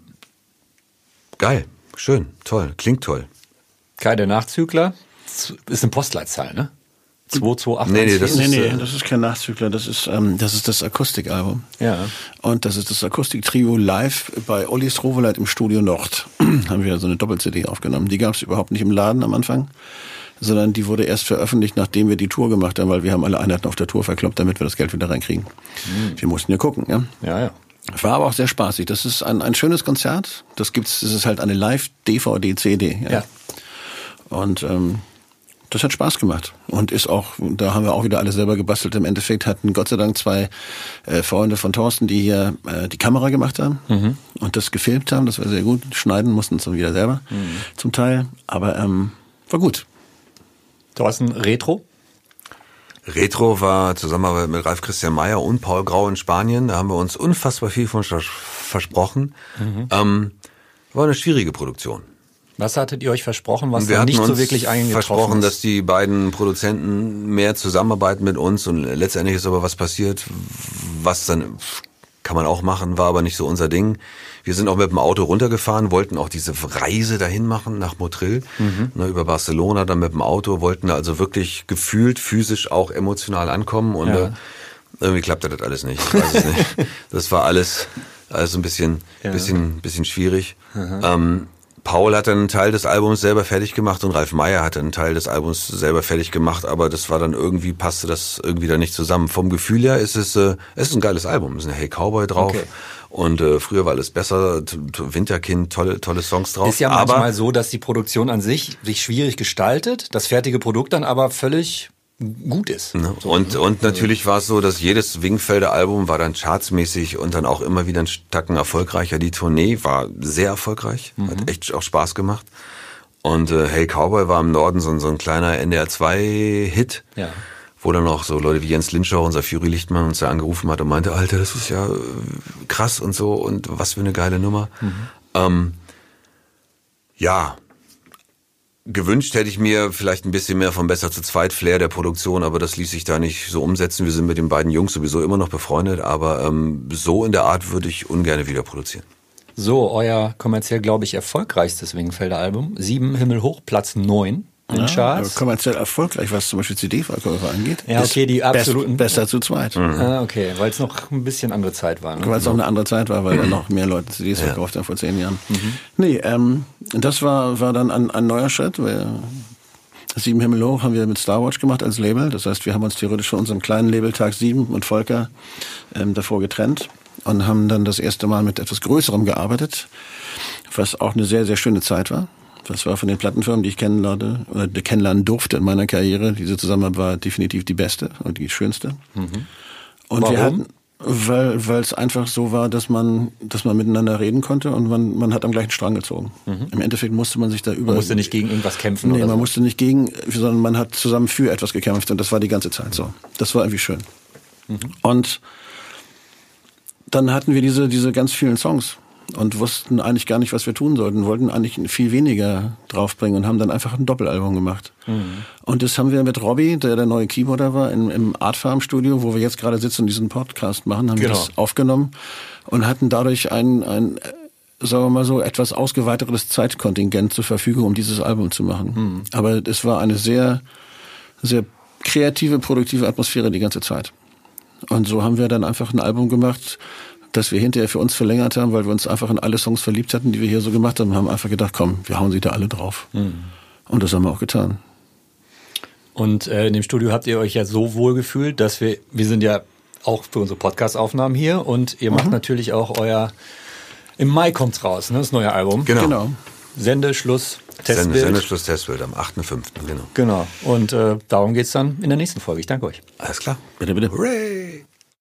geil, schön, toll, klingt toll. Kai, der Nachzügler, ist eine Postleitzahl, ne? zwei zwei acht Nee, nee, das Nee, ist, nee, äh, das ist kein Nachzügler, das ist, ähm, das ist das Akustikalbum. Ja. Und das ist das Akustiktrio live bei Olli Stroveleit im Studio Nord. Haben wir so eine Doppel-C D aufgenommen. Die gab es überhaupt nicht im Laden am Anfang, sondern die wurde erst veröffentlicht, nachdem wir die Tour gemacht haben, weil wir haben alle Einheiten auf der Tour verkloppt, damit wir das Geld wieder reinkriegen. Mhm. Wir mussten ja gucken, ja. Ja, ja. War aber auch sehr spaßig. Das ist ein, ein schönes Konzert. Das gibt's, das ist halt eine Live-D V D-C D. Ja. Ja. Und ähm, das hat Spaß gemacht und ist auch, da haben wir auch wieder alles selber gebastelt. Im Endeffekt hatten Gott sei Dank zwei äh, Freunde von Thorsten, die hier äh, die Kamera gemacht haben mhm. und das gefilmt haben. Das war sehr gut. Schneiden mussten es dann wieder selber mhm. zum Teil, aber ähm, war gut. Thorsten, Retro? Retro war Zusammenarbeit mit Ralf Christian Meyer und Paul Grau in Spanien. Da haben wir uns unfassbar viel von versprochen. Mhm. Ähm, war eine schwierige Produktion. Was hattet ihr euch versprochen, was wir dann hatten nicht uns so wirklich eingetroffen versprochen, ist? dass die beiden Produzenten mehr zusammenarbeiten mit uns und letztendlich ist aber was passiert, was dann kann man auch machen, war aber nicht so unser Ding. Wir sind auch mit dem Auto runtergefahren, wollten auch diese Reise dahin machen nach Motril, mhm. ne, über Barcelona, dann mit dem Auto, wollten also wirklich gefühlt, physisch auch emotional ankommen und ja. äh, irgendwie klappte das alles nicht. Ich weiß es nicht. Das war alles, alles ein bisschen, ja. bisschen, bisschen schwierig. Ähm, Paul hat dann einen Teil des Albums selber fertig gemacht und Ralf Meyer hat einen Teil des Albums selber fertig gemacht, aber das war dann irgendwie, passte das irgendwie da nicht zusammen. Vom Gefühl her ist es, äh, es ist ein geiles Album. Es ist ein Hey Cowboy drauf. Okay. Und äh, früher war alles besser, Winterkind, tolle tolle Songs drauf. Ist ja manchmal aber so, dass die Produktion an sich sich schwierig gestaltet, das fertige Produkt dann aber völlig gut ist. Ne? So, und ne? und natürlich war es so, dass jedes Wingfelder Album war dann chartsmäßig und dann auch immer wieder ein Tacken erfolgreicher. Die Tournee war sehr erfolgreich, mhm. hat echt auch Spaß gemacht. Und äh, Hey Cowboy war im Norden so, so ein kleiner N D R zwei Hit. Ja. Wo dann auch so Leute wie Jens Linschauer, unser Fury Lichtmann, uns da angerufen hat und meinte, Alter, das ist ja krass und so und was für eine geile Nummer. Mhm. Ähm, ja, gewünscht hätte ich mir vielleicht ein bisschen mehr von Besser zu zweit Flair der Produktion, aber das ließ sich da nicht so umsetzen. Wir sind mit den beiden Jungs sowieso immer noch befreundet, aber ähm, so in der Art würde ich ungern wieder produzieren. So, euer kommerziell, glaube ich, erfolgreichstes Wingfelder Album. Sieben Himmel hoch, Platz neun. In ja, Charts. Kommerziell erfolgreich, was zum Beispiel C D-Verkäufe angeht. Ja, okay, die absoluten. Best, besser zu zweit. Mhm. Ah, okay, weil es noch ein bisschen andere Zeit war. Ne? Weil es auch eine andere Zeit war, weil dann noch mehr Leute C Ds ja. verkauft haben vor zehn Jahren. Mhm. Nee, ähm, das war, war dann ein, ein neuer Schritt. Weil Sieben Himmel hoch haben wir mit Starwatch gemacht als Label. Das heißt, wir haben uns theoretisch von unserem kleinen Label Tag sieben und Volker ähm, davor getrennt und haben dann das erste Mal mit etwas Größerem gearbeitet, was auch eine sehr, sehr schöne Zeit war. Das war von den Plattenfirmen, die ich kennenlernte, oder kennenlernen durfte in meiner Karriere. Diese Zusammenarbeit war definitiv die beste und die schönste. Mhm. Und Warum? wir hatten, weil, weil es einfach so war, dass man, dass man miteinander reden konnte und man, man hat am gleichen Strang gezogen. Mhm. Im Endeffekt musste man sich da über. Man musste nicht gegen irgendwas kämpfen. Nee, oder man so. musste nicht gegen, sondern man hat zusammen für etwas gekämpft und das war die ganze Zeit so. Das war irgendwie schön. Mhm. Und dann hatten wir diese, diese ganz vielen Songs. Und wussten eigentlich gar nicht, was wir tun sollten, wollten eigentlich viel weniger draufbringen und haben dann einfach ein Doppelalbum gemacht. Mhm. Und das haben wir mit Robbie, der der neue Keyboarder war, im, im Art Farm Studio, wo wir jetzt gerade sitzen und diesen Podcast machen, haben genau. wir das aufgenommen und hatten dadurch ein, ein, sagen wir mal so, etwas ausgeweitetes Zeitkontingent zur Verfügung, um dieses Album zu machen. Mhm. Aber es war eine sehr, sehr kreative, produktive Atmosphäre die ganze Zeit. Und so haben wir dann einfach ein Album gemacht, das wir hinterher für uns verlängert haben, weil wir uns einfach in alle Songs verliebt hatten, die wir hier so gemacht haben, haben einfach gedacht, komm, wir hauen sie da alle drauf. Mhm. Und das haben wir auch getan. Und äh, in dem Studio habt ihr euch ja so wohl gefühlt, dass wir, wir sind ja auch für unsere Podcast-Aufnahmen hier und ihr macht mhm. natürlich auch euer, im Mai kommt's raus, ne, das neue Album. Genau. genau. Sendeschluss, Testbild. Sende, Sendeschluss, Testbild am achten fünften Genau. Genau. Und äh, darum geht's dann in der nächsten Folge. Ich danke euch. Alles klar. Bitte, bitte. Hooray!